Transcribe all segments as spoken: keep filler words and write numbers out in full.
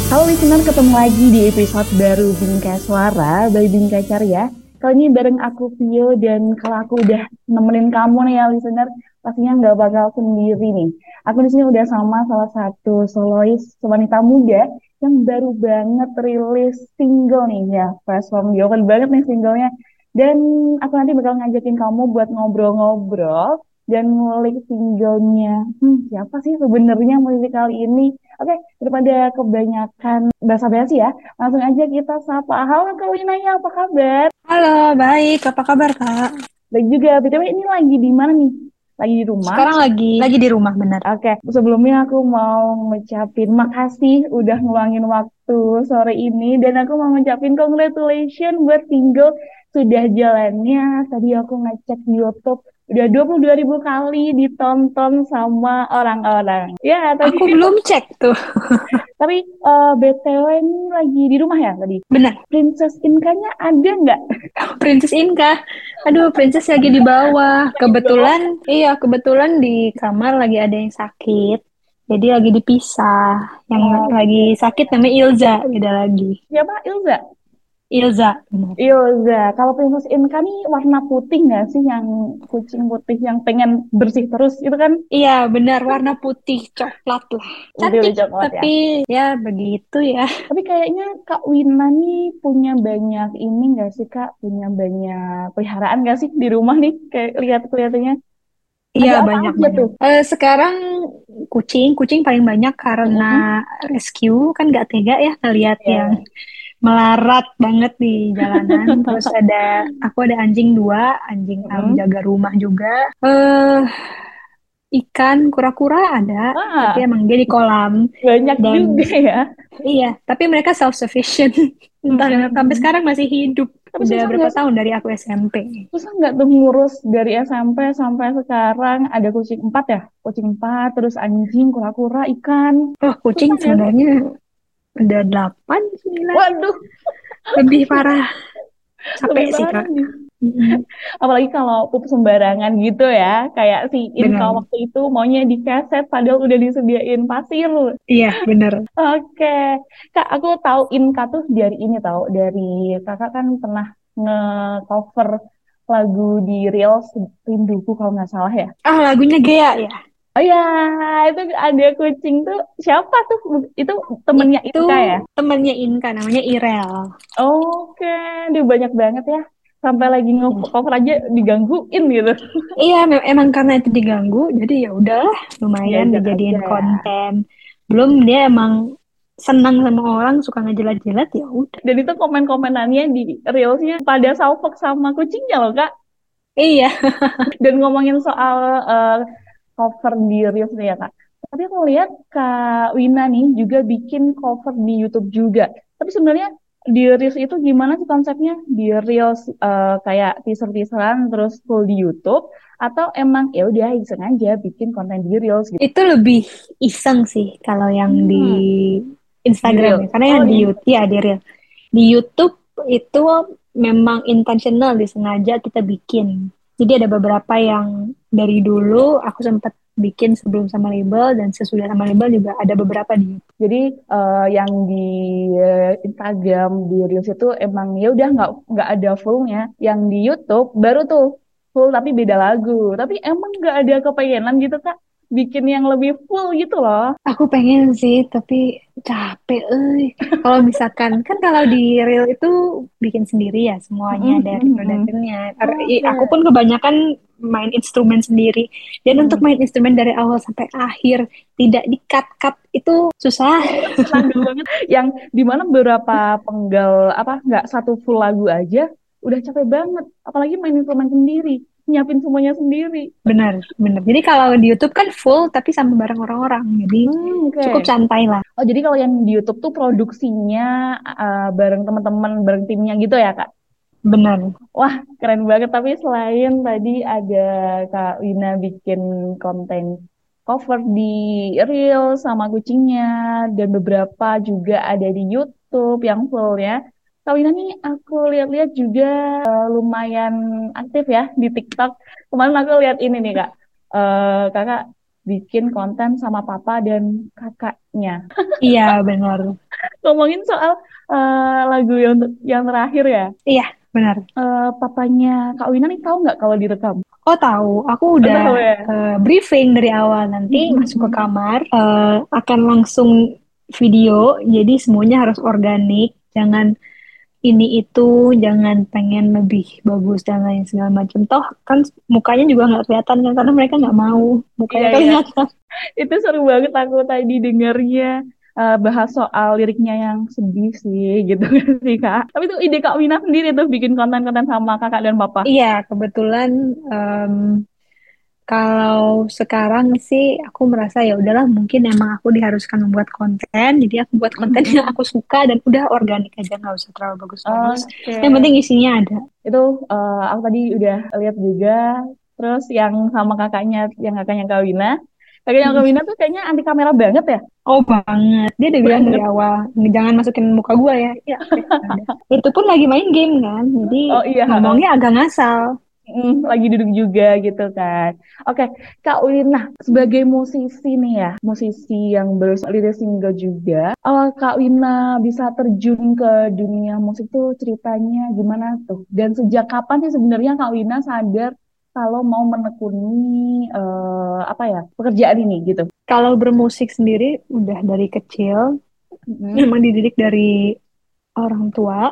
Halo listener, ketemu lagi di episode baru Bingkai Suara by Bingkai Carya. Kali ini bareng aku Vio, dan kalau aku udah nemenin kamu nih ya listener, pastinya nggak bakal sendiri nih. Aku di sini udah sama salah satu solois wanita muda yang baru banget rilis single nih ya, fresh from the oven banget nih singlenya. Dan aku nanti bakal ngajakin kamu buat ngobrol-ngobrol dan ngulik singlenya. Hmm, siapa sih sebenarnya musisi kali ini? Oke, daripada kebanyakan basa-basi ya, langsung aja kita sapa. Halo Kak Winaya, apa kabar? Halo, baik. Apa kabar, Kak? Baik juga, B T W ini lagi di mana nih? Lagi di rumah? Sekarang lagi lagi di rumah, benar. Oke, sebelumnya aku mau ngucapin makasih udah ngeluangin waktu sore ini, dan aku mau ngucapin congratulations buat single sudah jalannya. Tadi aku ngecek di YouTube, udah dua puluh dua ribu kali ditonton sama orang-orang. Ya, tadi. Aku belum cek tuh. Tapi eh, B T W ini lagi di rumah ya tadi? Benar. Princess Inka-nya ada nggak? Princess Inka. Aduh, Princess lagi di bawah. Lagi di bawah. Kebetulan, iya, kebetulan di kamar lagi ada yang sakit. Jadi lagi dipisah. Yang lagi Oke. sakit namanya Ilza, beda lagi. Siapa? Ilza? Ilza, benar. Ilza. Kalau Princess Inka nih warna putih nggak sih? Yang kucing putih yang pengen bersih terus itu kan? Iya, benar, warna putih coklat lah. Putih Cantik, udah coklat ya. tapi ya begitu ya. Tapi kayaknya Kak Wina nih punya banyak ini nggak sih Kak? Punya banyak peliharaan nggak sih di rumah nih? Kayak lihat kelihatannya. Iya, Ada apa aja banyak-banyak. tuh? Eh, sekarang kucing, kucing paling banyak karena Mm-mm. rescue, kan nggak tega ya ngeliat yang Ya. melarat banget di jalanan. Terus ada, aku ada anjing dua, anjing um, Mm-mm. jaga rumah juga. Eh, ikan, kura-kura ada, tapi Ah, emang dia di kolam. banyak Dan juga ya. iya, tapi mereka self-sufficient. Entah kenapa sampai Mm-mm. sekarang masih hidup. Tapi Udah susah berapa nggak sih? tahun dari aku S M P. Susah nggak tuh ngurus dari S M P sampai sekarang? Ada kucing empat ya? Kucing empat, terus anjing, kura-kura, ikan. Oh, kucing Susah nggak sih? sebenarnya udah delapan, sembilan. Waduh, Lebih parah. lebih Capek sih, parah Kak. nih. Mm-mm. Apalagi kalau pup sembarangan gitu ya. Kayak si Inka Benar. waktu itu maunya di keset padahal udah disediain pasir. Iya, benar. Oke. Kak, aku tahu Inka tuh dari ini tahu. Dari kakak kan pernah nge-cover lagu di Reels Rinduku kalau nggak salah ya. Ah, lagunya Gea ya. Oh ya, itu ada kucing tuh. Siapa tuh? Itu temennya Itu Inka ya? temannya Inka, namanya Irel. Oke, dia banyak banget ya. Sampai lagi Ya. nge-cover aja digangguin gitu. Iya, me- emang karena itu diganggu, jadi ya udahlah, lumayan Diajak aja dijadiin ya. konten. Belum dia emang senang sama orang, suka ngejilat-jilat, ya udah. Dan itu komen-komenannya di Reelsnya pada salfok sama kucingnya loh, Kak. Iya, Dan ngomongin soal eh, cover di Reels nih ya, Kak. Tapi aku lihat Kak Wina nih juga bikin cover di YouTube juga. Tapi sebenarnya di Reels itu gimana sih konsepnya? Di Reels eh, kayak teaser-teaseran terus full di YouTube, atau emang ya udah iseng aja bikin konten di Reels gitu. itu lebih iseng sih kalau yang di Hmm, di Instagram ya. Reels. Karena Oh, yang di di YouTube, ya di Reel. Di YouTube itu memang intentional, disengaja kita bikin. Jadi ada beberapa yang dari dulu aku sempat bikin sebelum sama label dan sesudah sama label juga ada beberapa di YouTube. Jadi eh, yang di eh, Instagram di Reels itu emang ya udah nggak nggak ada fullnya. Yang di YouTube baru tuh full tapi beda lagu. Tapi emang nggak ada kepengenan gitu Kak bikin yang lebih full gitu loh. Aku pengen sih, tapi capek, eh. Kalau misalkan, kan kalau di Reel itu bikin sendiri ya semuanya Mm-mm, dari mm-mm. produsernya. Ar- i- Oke. Aku pun kebanyakan main instrumen sendiri. Dan untuk Mm. main instrumen dari awal sampai akhir, tidak di-cut-cut, itu susah. Tenaga banget. Yang dimana beberapa penggal apa nggak satu full lagu aja udah capek banget. Apalagi main instrumen sendiri, nyiapin semuanya sendiri. Benar, benar. Jadi kalau di YouTube kan full, tapi sama bareng orang-orang. Jadi Hmm, cukup oke. santai lah. Oh, jadi kalau yang di YouTube tuh produksinya uh, bareng teman-teman, bareng timnya gitu ya, Kak? Benar. Wah, keren banget. Tapi selain tadi ada Kak Wina bikin konten cover di Reel sama kucingnya, dan beberapa juga ada di YouTube yang full ya. Kak Wina nih aku lihat-lihat juga uh, lumayan aktif ya di TikTok. Kemarin aku lihat ini nih, Kak. Eh, kakak bikin konten sama papa dan kakaknya. Iya, benar. Ngomongin soal eh, lagu yang yang terakhir ya. Iya, benar. Eh, papanya Kak Wina nih tahu nggak kalau direkam? Oh tahu, aku Oh, udah tahu ya. eh, briefing dari awal nanti masuk ke kamar eh, akan langsung video, jadi semuanya harus organik, jangan ini itu, jangan pengen lebih bagus dan lain segala macam. Toh kan mukanya juga nggak kelihatan kan karena mereka nggak mau Iya, mukanya iya. kelihatan. Itu seru banget aku tadi dengernya eh, bahas soal liriknya yang sedih sih gitu kan sih Kak. Tapi itu ide Kak Wina sendiri tuh bikin konten-konten sama kakak dan papa. Iya, kebetulan em, kalau sekarang sih aku merasa ya udahlah mungkin emang aku diharuskan membuat konten, jadi aku buat konten yang aku suka dan udah organik aja nggak usah terlalu bagus-bagus. Oke. Yang penting isinya ada. Itu eh, aku tadi udah lihat juga. Terus yang sama kakaknya, yang kakaknya Kak Wina. Kakaknya Kak Mm. Wina tuh kayaknya anti kamera banget ya. Oh banget, dia udah bilang dari Banget. awal jangan masukin muka gua ya. Ya, oke, ada. Itu pun lagi main game kan, jadi Oh iya, ngomongnya agak ngasal. mm, lagi duduk juga gitu kan. Oke, Kak Ulin, nah sebagai musisi nih ya, musisi yang berlirik single juga, awal Kak Wina bisa terjun ke dunia musik tuh ceritanya gimana tuh? Dan sejak kapan sih sebenarnya Kak Wina sadar kalau mau menekuni eh, apa ya pekerjaan ini gitu? Kalau bermusik sendiri udah dari kecil, Mm-mm. memang dididik dari orang tua.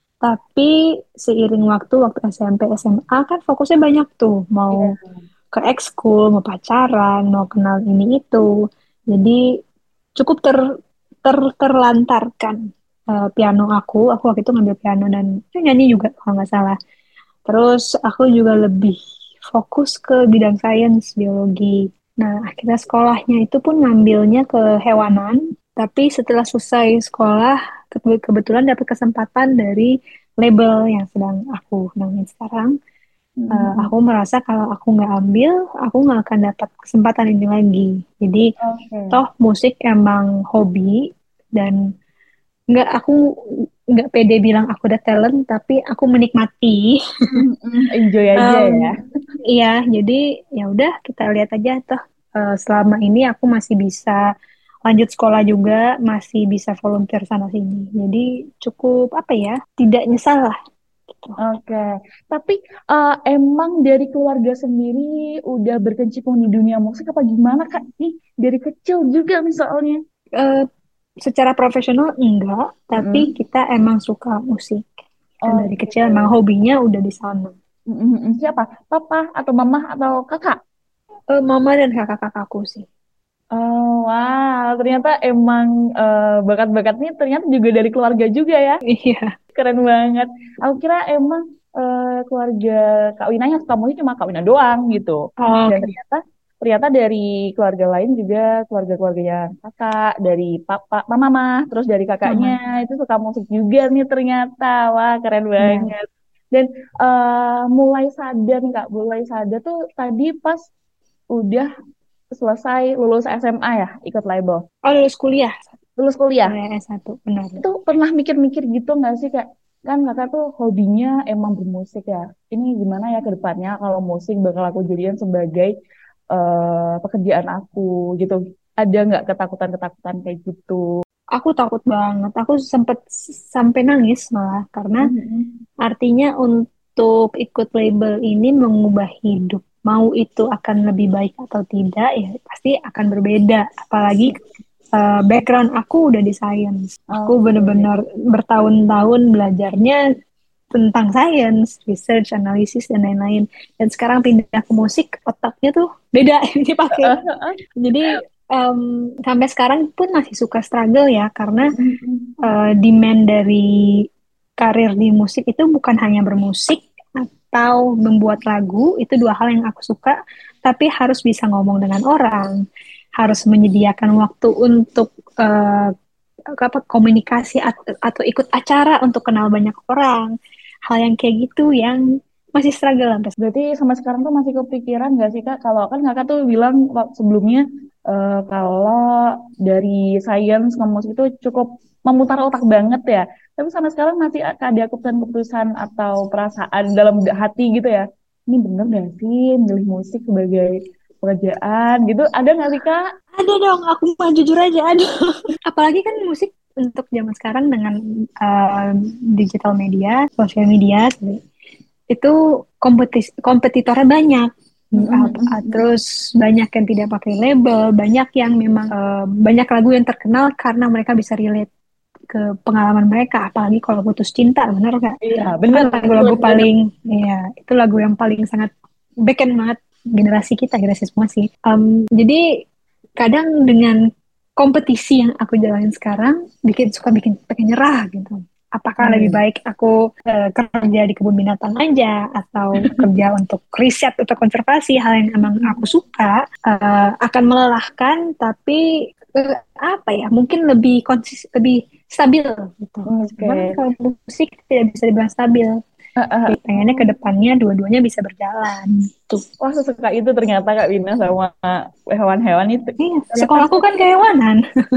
Tapi seiring waktu, waktu S M P, S M A kan fokusnya banyak tuh. Iya. Mau ke ekskul, mau pacaran, mau kenal ini itu. Jadi cukup ter, ter terlantarkan eh, piano aku. Aku waktu itu ngambil piano dan ya, nyanyi juga kalau nggak salah. Terus aku juga lebih fokus ke bidang sains, biologi. Nah, akhirnya sekolahnya itu pun ngambilnya ke hewanan. Tapi setelah selesai sekolah, ke- kebetulan dapat kesempatan dari label yang sedang aku naungin sekarang. Eh, Mm-mm. aku merasa kalau aku nggak ambil, aku nggak akan dapat kesempatan ini lagi. Jadi, Oke. toh musik emang hobi dan nggak aku nggak pede bilang aku udah talent, tapi aku menikmati. Mm-mm. Enjoy aja Em, ya. iya, jadi ya udah kita lihat aja toh eh, selama ini aku masih bisa lanjut sekolah juga, masih bisa volunteer sana sini. Jadi cukup apa ya, tidak nyesal lah gitu. Oke, tapi eh, emang dari keluarga sendiri udah berkecimpung di dunia musik apa gimana Kak? Nih dari kecil juga misalnya. Eh, secara profesional enggak, tapi Mm-mm. kita emang suka musik. Kita dari Oke. kecil emang hobinya udah di sana. Mm-mm. Siapa? Papa atau mama atau kakak? Eh, mama dan kakak-kakakku sih. Oh, wow, ternyata emang eh, bakat-bakatnya ternyata juga dari keluarga juga ya. Iya. Keren banget. Aku kira emang eh, keluarga Kak Wina yang suka musik cuma Kak Wina doang gitu. Dan Oke. ternyata ternyata dari keluarga lain juga keluarga-keluarganya kakak, dari papa, mama, mama, terus dari kakaknya Mama. itu suka musik juga nih ternyata. Wah, keren Benar. banget. Dan eh, mulai sadar nih Kak, mulai sadar tuh tadi pas udah selesai lulus S M A ya, ikut label. Oh, lulus kuliah. Lulus kuliah, Kuliah S satu, benar. itu pernah mikir-mikir gitu nggak sih Kak? Kan kakak tuh hobinya emang bermusik ya. Ini gimana ya ke depannya kalau musik bakal aku jadikan sebagai eh, pekerjaan aku gitu. Ada nggak ketakutan-ketakutan kayak gitu? Aku takut banget. Aku sempet s- sampai nangis malah karena Mhm. artinya untuk ikut label ini mengubah hidup. Mau itu akan lebih baik atau tidak, ya pasti akan berbeda. Apalagi eh, background aku udah di science. Aku Oke. bener-bener bertahun-tahun belajarnya tentang science, research, analisis, dan lain-lain. Dan sekarang pindah ke musik, otaknya tuh beda yang dipakai. Jadi em, sampai sekarang pun masih suka struggle ya, karena Mhm. eh, demand dari karir di musik itu bukan hanya bermusik atau membuat lagu, itu dua hal yang aku suka, tapi harus bisa ngomong dengan orang, harus menyediakan waktu untuk eh, apa komunikasi atau, atau ikut acara untuk kenal banyak orang. Hal yang kayak gitu yang masih struggle sampai Berarti sama sekarang tuh masih kepikiran nggak sih Kak? Kalau kan kakak tuh bilang wak- sebelumnya eh, kalau dari sains ke musik itu cukup memutar otak banget ya. Tapi sama sekarang masih ada keputusan-keputusan atau perasaan dalam hati gitu ya. Ini bener nggak sih milih musik sebagai pekerjaan gitu? Ada nggak sih Kak? ada dong, aku mah jujur aja ada. Apalagi kan musik untuk zaman sekarang dengan uh, digital media, sosial media, itu kompetis kompetitornya banyak. Uh, uh, terus banyak yang tidak pakai label, banyak yang memang uh, banyak lagu yang terkenal karena mereka bisa relate ke pengalaman mereka, apalagi kalau putus cinta, benar gak? Iya, Itu bener, kan itu lagu-lagu lagu banget. paling, ya itu lagu yang paling sangat beken banget generasi kita, generasi semua sih. Um, jadi kadang dengan kompetisi yang aku jalanin sekarang, bikin suka bikin pengen nyerah gitu. Apakah lebih Hmm. baik aku uh, kerja di kebun binatang aja atau kerja untuk riset atau konservasi, hal yang emang aku suka, uh, akan melelahkan tapi uh, apa ya, mungkin lebih konsis lebih stabil gitu. Oke. Cuman kalau musik tidak bisa dibilang stabil. Ah, ah, Jadi pengennya ke oh. depannya dua-duanya bisa berjalan. Tuh. Wah, sesuka itu ternyata Kak Wina sama hewan-hewan itu. Iya, Ternyata sekolahku kan kehewanan.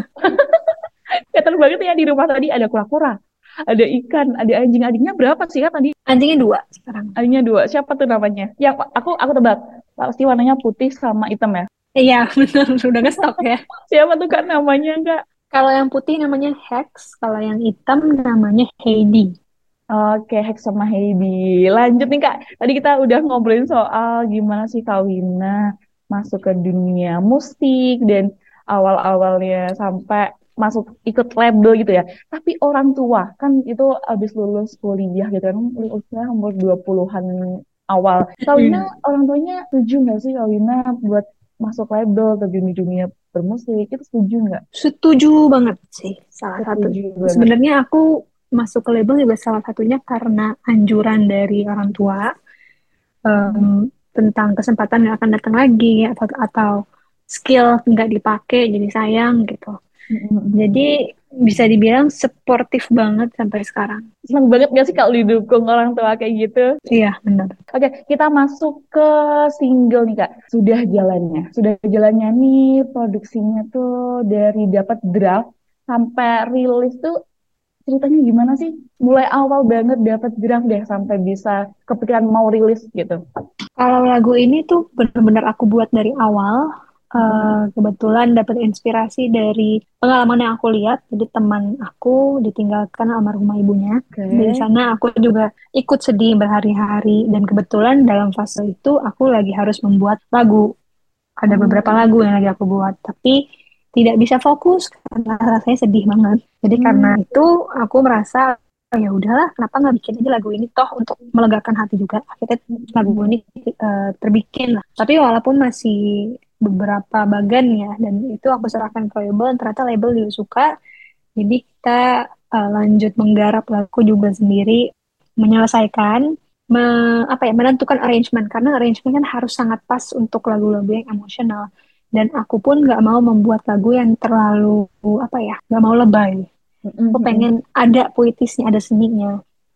kelihatan banget ya di rumah tadi ada kura-kura, ada ikan, ada anjing. Adiknya berapa sih Kak tadi? Anjingnya dua sekarang. Adiknya dua. Siapa tuh namanya? Yang aku aku tebak. Pasti warnanya putih sama hitam ya. Iya, benar. Udah ngestok ya. Siapa tuh Kak namanya Kak? Kalau yang putih namanya Hex, kalau yang hitam namanya Heidi. Oke, Hex sama Heidi. Lanjut nih Kak. Tadi kita udah ngobrolin soal gimana sih Kak Wina masuk ke dunia musik dan awal-awalnya sampai masuk ikut label gitu ya. Tapi orang tua kan itu habis lulus kuliah gitu kan, usia umur dua puluhan awal. Kak Wina, Hmm. orang tuanya setuju nggak sih Kak Wina buat masuk label terjun di dunia bermusik? Itu setuju nggak? Setuju banget sih, salah satu. Setuju banget. Sebenarnya aku masuk ke label juga salah satunya karena anjuran dari orang tua, Mm, em, tentang kesempatan yang akan datang lagi, atau atau skill nggak dipakai jadi sayang gitu. mm, mm, mm. Jadi bisa dibilang sportif banget sampai sekarang. Seneng banget gak sih kalau didukung orang tua kayak gitu? Iya, benar. Oke, kita masuk ke single nih Kak. Sudah jalannya. Sudah jalannya nih produksinya tuh dari dapat draft sampai rilis tuh ceritanya gimana sih? Mulai awal banget dapat draft deh sampai bisa kepikiran mau rilis gitu. Kalau lagu ini tuh benar-benar aku buat dari awal. Mm-mm. Eh, kebetulan dapat inspirasi dari pengalaman yang aku lihat. Jadi teman aku ditinggalkan almarhumah ibunya. Dari Oke. sana aku juga ikut sedih berhari-hari. Dan kebetulan dalam fase itu aku lagi harus membuat lagu. Ada beberapa Oh. lagu yang lagi aku buat. Tapi tidak bisa fokus karena rasanya sedih banget. Jadi karena Hmm. itu aku merasa, oh ya udahlah, kenapa nggak bikin aja lagu ini toh untuk melegakan hati juga. Akhirnya lagu ini eh, terbikin lah. Tapi walaupun masih beberapa bagan ya, dan itu aku serahkan ke label, ternyata label juga suka. Jadi kita eh, lanjut menggarap lagu juga sendiri, menyelesaikan, me, apa ya, menentukan arrangement, karena arrangement kan harus sangat pas untuk lagu-lagu yang emosional. Dan aku pun nggak mau membuat lagu yang terlalu apa ya, nggak mau lebay. Aku Mm-mm. pengen ada puitisnya, ada seninya.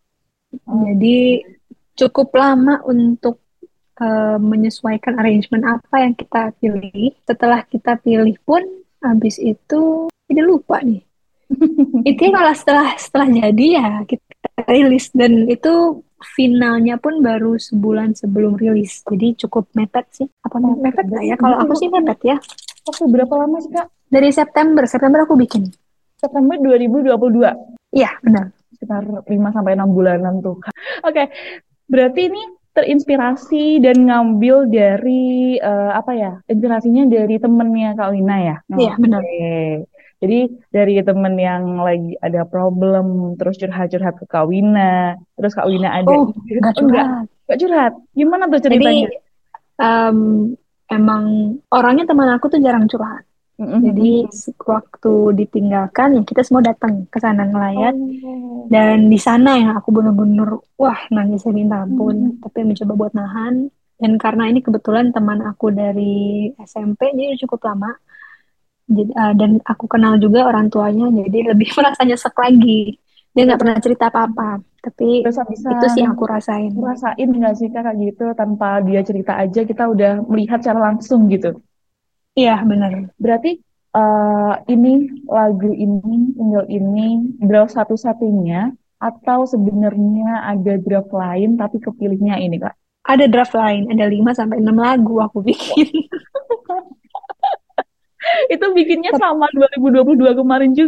Jadi Oke. cukup lama untuk eh, menyesuaikan arrangement apa yang kita pilih. Setelah kita pilih pun, habis itu tidak lupa nih. Itu kalau setelah setelah jadi ya kita rilis, dan itu finalnya pun baru sebulan sebelum rilis. Jadi cukup mepet sih. Apa Oke, mepet nggak berarti, ya? Kalau berarti aku sih waktu, mepet ya. waktu berapa lama sih Kak? Dari September, September aku bikin. September dua ribu dua puluh dua. Iya, benar. Sekitar lima sampai enam bulanan tuh. Oke, berarti ini terinspirasi dan ngambil dari eh, apa ya? Inspirasinya dari temennya Kak Wina ya. Iya, Oke. benar. Jadi dari temen yang lagi ada problem terus curhat-curhat ke Kak Wina, terus Kak Wina ada Oh, ide. nggak Oh enggak, curhat. enggak curhat. Gimana tuh Jadi ceritanya? em, emang orangnya teman aku tuh jarang curhat. Jadi waktu ditinggalkan ya kita semua datang ke sana ngelayat, Oh. dan di sana yang aku bener-bener wah nangisnya minta ampun, tapi mencoba buat nahan. Dan karena ini kebetulan teman aku dari S M P, jadi cukup lama. Jadi, eh, dan aku kenal juga orang tuanya, jadi lebih merasa nyesek lagi. Dia nggak Berasa, pernah cerita apa-apa, tapi berasa bisa itu sih yang aku rasain. ngerasain nggak sih Kak kayak gitu tanpa dia cerita aja kita udah melihat secara langsung gitu. Iya bener. Berarti eh, ini lagu ini, single ini draft satu-satunya atau sebenarnya ada draft lain tapi kepilihnya ini Kak? Ada draft lain, ada lima sampai enam lagu aku Wah, bikin. itu bikinnya sama dua ribu dua puluh dua kemarin juga.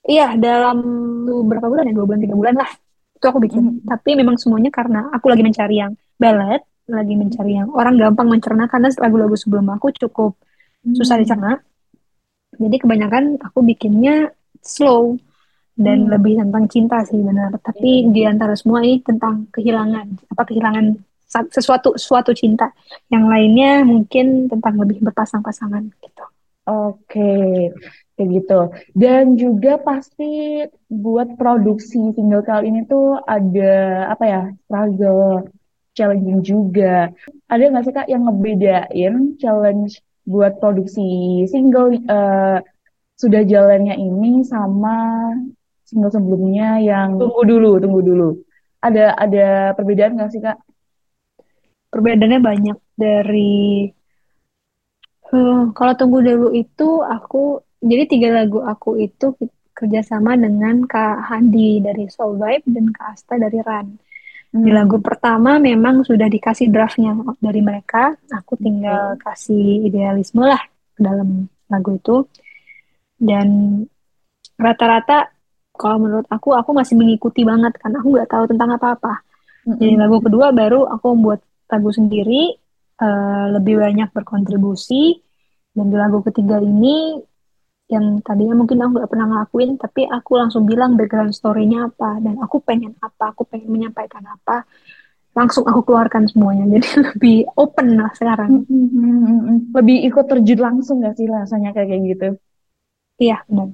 Iya, dalam beberapa bulan ya, dua bulan, tiga bulan lah. Itu aku bikin. Mm-mm. Tapi memang semuanya karena aku lagi mencari yang ballad, lagi mencari yang orang gampang mencerna, karena lagu-lagu sebelum aku cukup susah Hmm. dicerna. Jadi kebanyakan aku bikinnya slow dan Hmm. lebih tentang cinta sih benar. Tapi Iya, di iya. antara semua ini tentang kehilangan, apa kehilangan sa- sesuatu suatu cinta. Yang lainnya mungkin tentang lebih berpasang-pasangan gitu. Oke, kayak gitu. Dan juga pasti buat produksi single kali ini tuh ada apa ya, struggle, challenging juga. Ada nggak sih Kak yang ngebedain challenge buat produksi single eh, sudah jalannya ini sama single sebelumnya yang tunggu dulu, tunggu dulu. Ada ada perbedaan nggak sih Kak? Perbedaannya banyak dari eh, kalau tunggu dulu itu aku jadi tiga lagu aku itu kerjasama dengan Kak Handi dari Soul Vibe dan Kak Asta dari Ran. Di lagu Hmm, pertama memang sudah dikasih draftnya dari mereka, aku tinggal oke. kasih idealisme lah ke dalam lagu itu. Dan rata-rata kalau menurut aku, aku masih mengikuti banget karena aku nggak tahu tentang apa-apa. Jadi lagu Mm-mm. kedua baru aku membuat lagu sendiri, eh, lebih banyak berkontribusi. Dan di lagu ketiga ini yang tadinya mungkin aku nggak pernah ngelakuin, tapi aku langsung bilang background story-nya apa dan aku pengen apa, aku pengen menyampaikan apa, langsung aku keluarkan semuanya. Jadi lebih open lah sekarang. Mm-mm. Lebih ikut terjun langsung gak sih rasanya kayak kayak gitu? Iya, benar.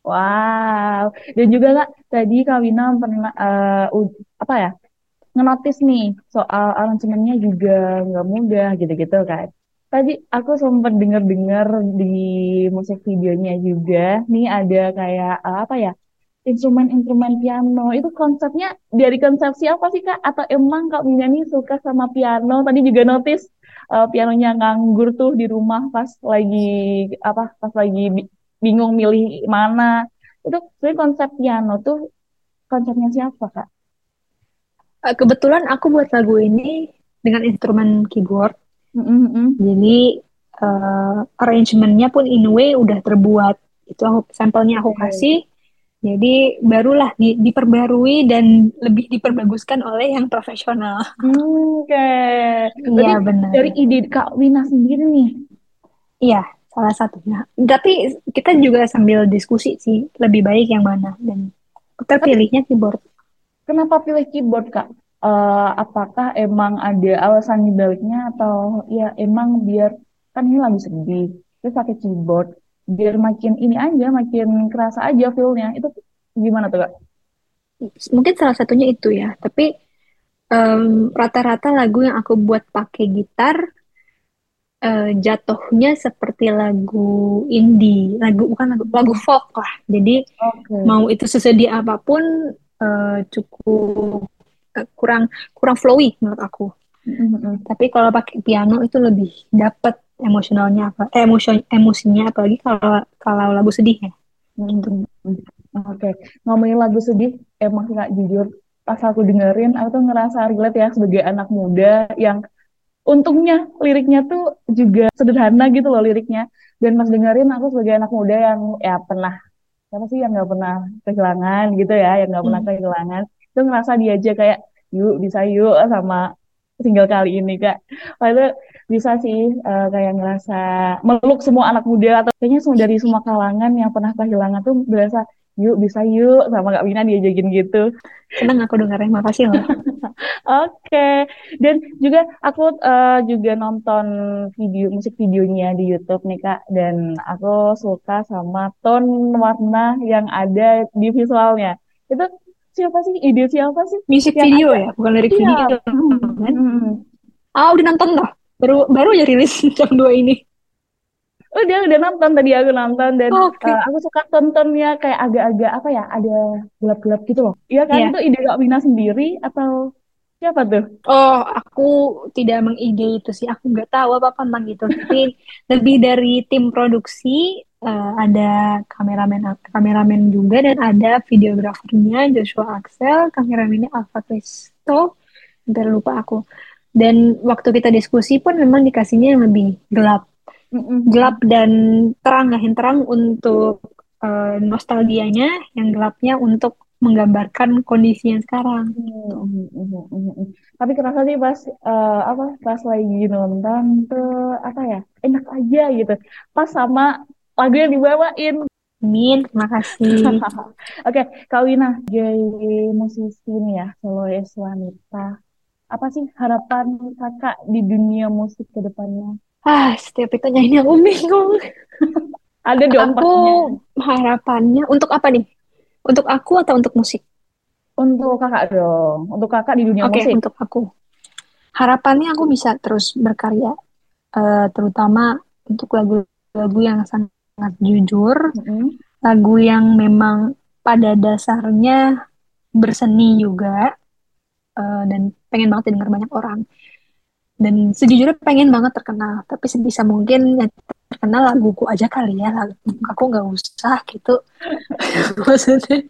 Wow. Dan juga Kak, tadi Kak Wina pernah eh, u- apa ya? Ngenotis nih soal aransemennya juga nggak mudah gitu-gitu kan. Tadi aku sempat dengar-dengar di musik videonya juga nih ada kayak eh, apa ya? Instrumen-instrumen piano. Itu konsepnya dari konsepsi apa sih Kak? Atau emang Kak Wina nih suka sama piano? Tadi juga notice eh, pianonya nganggur tuh di rumah pas lagi apa? Pas lagi bi- bingung milih mana. Itu sebenarnya konsep piano tuh konsepnya siapa Kak? Eh, Kebetulan aku buat lagu ini dengan instrumen keyboard. Mm-mm. Jadi eh, arrangementnya pun in a way udah terbuat. Itu aku sampelnya aku Oke. kasih. Jadi barulah di- diperbarui dan lebih diperbaguskan oleh yang profesional. Hmm, oke. Iya Berarti benar. dari ide Kak Wina sendiri nih. Iya, salah satunya. Tapi kita juga sambil diskusi sih, lebih baik yang mana. Dan Tapi terpilihnya keyboard. kenapa pilih keyboard, Kak? Eh, apakah emang ada alasan di baliknya atau ya emang biar kan ini lagu sedih, terus pakai keyboard biar makin ini aja, makin kerasa aja feel-nya. Itu gimana tuh, Kak? Mungkin salah satunya itu ya. Tapi em, rata-rata lagu yang aku buat pakai gitar eh, jatuhnya seperti lagu indie, lagu bukan lagu, lagu Hmm, folk lah. Jadi oke. mau itu sesedih apapun eh, cukup eh, kurang kurang flowy menurut aku. Mm-mm. Tapi kalau pakai piano itu lebih dapet emosionalnya apa, eh, emosi emosinya apalagi kalau kalau lagu sedih ya gitu. Mm-mm. Oke, ngomongin lagu sedih, emang sih Kak jujur, pas aku dengerin, aku tuh ngerasa relate ya sebagai anak muda yang untungnya liriknya tuh juga sederhana gitu loh liriknya. Dan pas dengerin aku sebagai anak muda yang ya pernah, siapa sih yang nggak pernah kehilangan gitu ya, yang nggak pernah Hmm. kehilangan. Itu ngerasa diajak kayak, yuk bisa yuk sama single kali ini Kak. Wah itu bisa sih eh, kayak ngerasa meluk semua anak muda atau kayaknya semua dari semua kalangan yang pernah kehilangan tuh berasa yuk bisa yuk sama Kak Wina diajakin gitu. Senang aku dengarnya, makasih loh. Oke, dan juga aku eh, juga nonton video musik videonya di YouTube nih Kak, dan aku suka sama tone warna yang ada di visualnya. Itu siapa sih? Ide siapa sih Music yang video ada? ya, bukan lirik Iya, video hmm, kan. hmm, hmm. Ah, udah nonton loh, baru baru aja rilis jam dua ini. Udah udah nonton tadi aku nonton dan eh, Oke. aku suka tontonnya kayak agak-agak apa ya, ada gelap-gelap gitu loh. Iya kan? Iya. Itu ide Kak Wina sendiri atau siapa tuh? Oh, aku tidak mengide itu sih. Aku nggak tahu apa-apa tentang itu. Tapi lebih dari tim produksi, eh, ada kameramen kameramen juga dan ada videografernya Joshua Axel, kameramennya Alpha Cristo. Hampir lupa aku. Dan waktu kita diskusi pun memang dikasihnya yang lebih gelap, Mm, mm, gelap mm. dan terang, lah, yang terang untuk eh, nostalgianya, yang gelapnya untuk menggambarkan kondisi yang sekarang. Hmm, Tuh. hmm, hmm, hmm, hmm. Tapi kerasa sih pas eh, apa pas lagi nonton tuh apa ya enak aja gitu. Pas sama lagu yang dibawain. Amin, terima kasih. Oke, Kak Wina, jadi musisi nih ya, solois wanita. Apa sih harapan kakak di dunia musik ke depannya? Ah, setiap itu nyanyi aku bingung. Ada dong Aku pastinya. harapannya untuk apa nih? Untuk aku atau untuk musik? Untuk kakak dong, untuk kakak di dunia Oke, musik. untuk aku. Harapannya aku bisa terus berkarya, eh, terutama untuk lagu-lagu yang sangat jujur, Mm-mm. lagu yang memang pada dasarnya berseni juga, eh, dan pengen banget didengar banyak orang. Dan sejujurnya pengen banget terkenal, tapi sebisa mungkin yang terkenal laguku aja kali ya, lagu aku nggak usah gitu. Maksudnya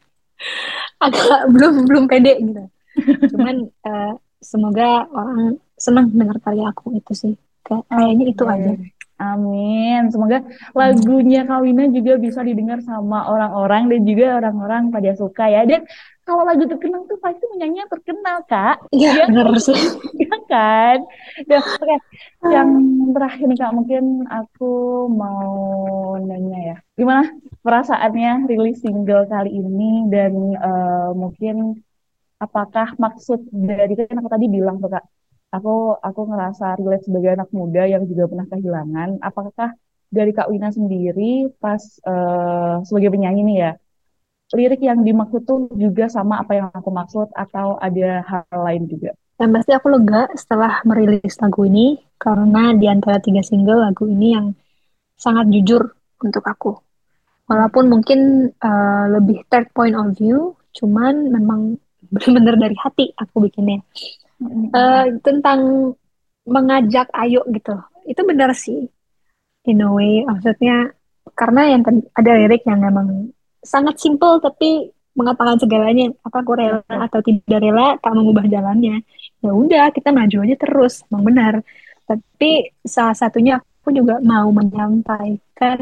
agak belum belum pede gitu. Cuman eh, semoga orang senang dengar karya aku itu sih. Kayak kayaknya itu Oke, aja. amin. Semoga Hmm. lagunya Kawina juga bisa didengar sama orang-orang dan juga orang-orang pada suka ya. Dan kalau lagu terkenal tuh pasti penyanyinya terkenal, Kak. Iya, Iya, bener sih. iya kan? Dan oke, yang terakhir nih Kak, mungkin aku mau nanya ya. Gimana perasaannya rilis single kali ini dan eh, mungkin apakah maksud dari kan aku tadi bilang tuh Kak, aku aku ngerasa relate sebagai anak muda yang juga pernah kehilangan. Apakah dari Kak Wina sendiri pas eh, sebagai penyanyi nih ya, lirik yang dimaksud tuh juga sama apa yang aku maksud atau ada hal lain juga? Dan pasti aku lega setelah merilis lagu ini karena di antara tiga single lagu ini yang sangat jujur untuk aku. Walaupun Hmm. mungkin eh, lebih third point of view, cuman memang benar-benar dari hati aku bikinnya. Eh, Hmm. tentang mengajak ayo gitu. Itu benar sih, in a way. Maksudnya, karena yang tadi ada lirik yang memang sangat simple tapi mengatakan segalanya. Apa aku rela Oke. atau tidak rela tak mengubah jalannya. Ya udah, kita maju aja terus. Memang benar. Tapi salah satunya aku juga mau menyampaikan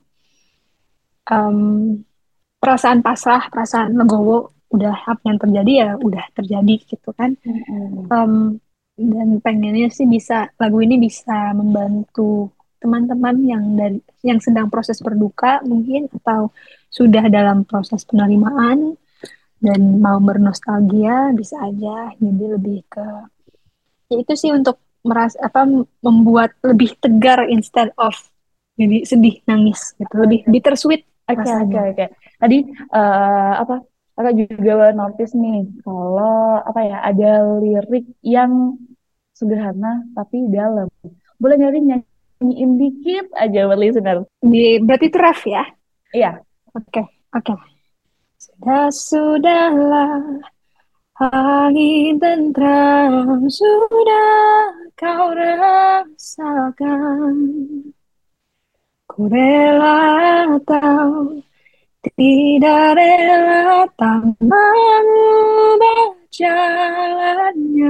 em, perasaan pasrah, perasaan legowo. Udah apa yang terjadi ya udah terjadi gitu kan. Hmm. Em, dan pengennya sih bisa lagu ini bisa membantu teman-teman yang dari yang sedang proses berduka mungkin atau sudah dalam proses penerimaan dan mau bernostalgia bisa aja. Jadi lebih ke ya itu sih untuk meras apa membuat lebih tegar instead of jadi sedih nangis gitu, lebih Oke. bittersweet Oke, oke, rasanya. oke. Tadi eh, apa? Kakak juga notice nih kalau apa ya ada lirik yang sederhana tapi dalam. Boleh nyari nyanyiin dikit aja buat listener. Di, berarti itu ref ya. Iya. Oke, oke. Sudah sudahlah. Angin tentram sudah kau rasakan. Ku rela atau tidak rela tak mengubah jalannya.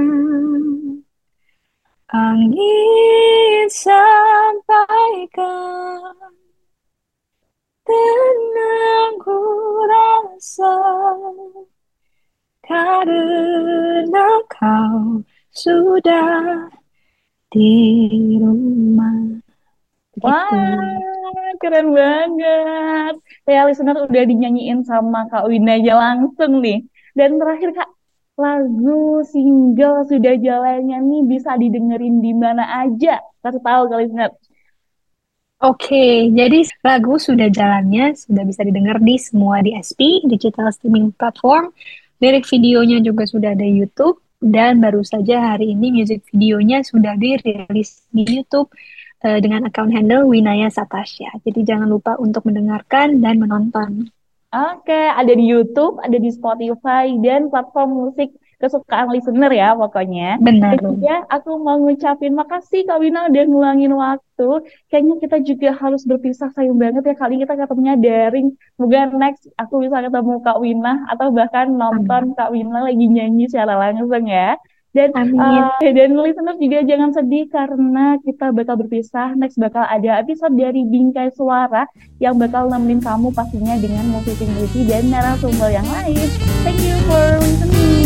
Angin sampaikan tenang ku rasa karena kau sudah di rumah gitu. Wah, keren banget. Ya, listener udah dinyanyiin sama Kak Wina aja langsung nih. Dan terakhir Kak, lagu single sudah jalannya nih bisa didengerin di mana aja. Kasih tahu ke listener. Oke, jadi lagu sudah jalannya, sudah bisa didengar di semua D S P, digital streaming platform. Lirik videonya juga sudah ada YouTube, dan baru saja hari ini music videonya sudah dirilis di YouTube eh, dengan account handle Winaya Satasya. Jadi jangan lupa untuk mendengarkan dan menonton. Oke, ada di YouTube, ada di Spotify, dan platform musik kesukaan listener ya pokoknya. Benar Dan loh. juga aku mau ngucapin makasih Kak Wina udah ngulangin waktu. Kayaknya kita juga harus berpisah, sayang banget ya kali ini kita ketemunya daring. Semoga next aku bisa ketemu Kak Wina atau bahkan nonton Amin. Kak Wina lagi nyanyi secara langsung ya. Dan Amin. uh, dan listeners juga jangan sedih karena kita bakal berpisah. Next bakal ada episode dari Bingkai Suara yang bakal nemenin kamu pastinya dengan musisi-musisi dan narasumber yang lain. Thank you for listening.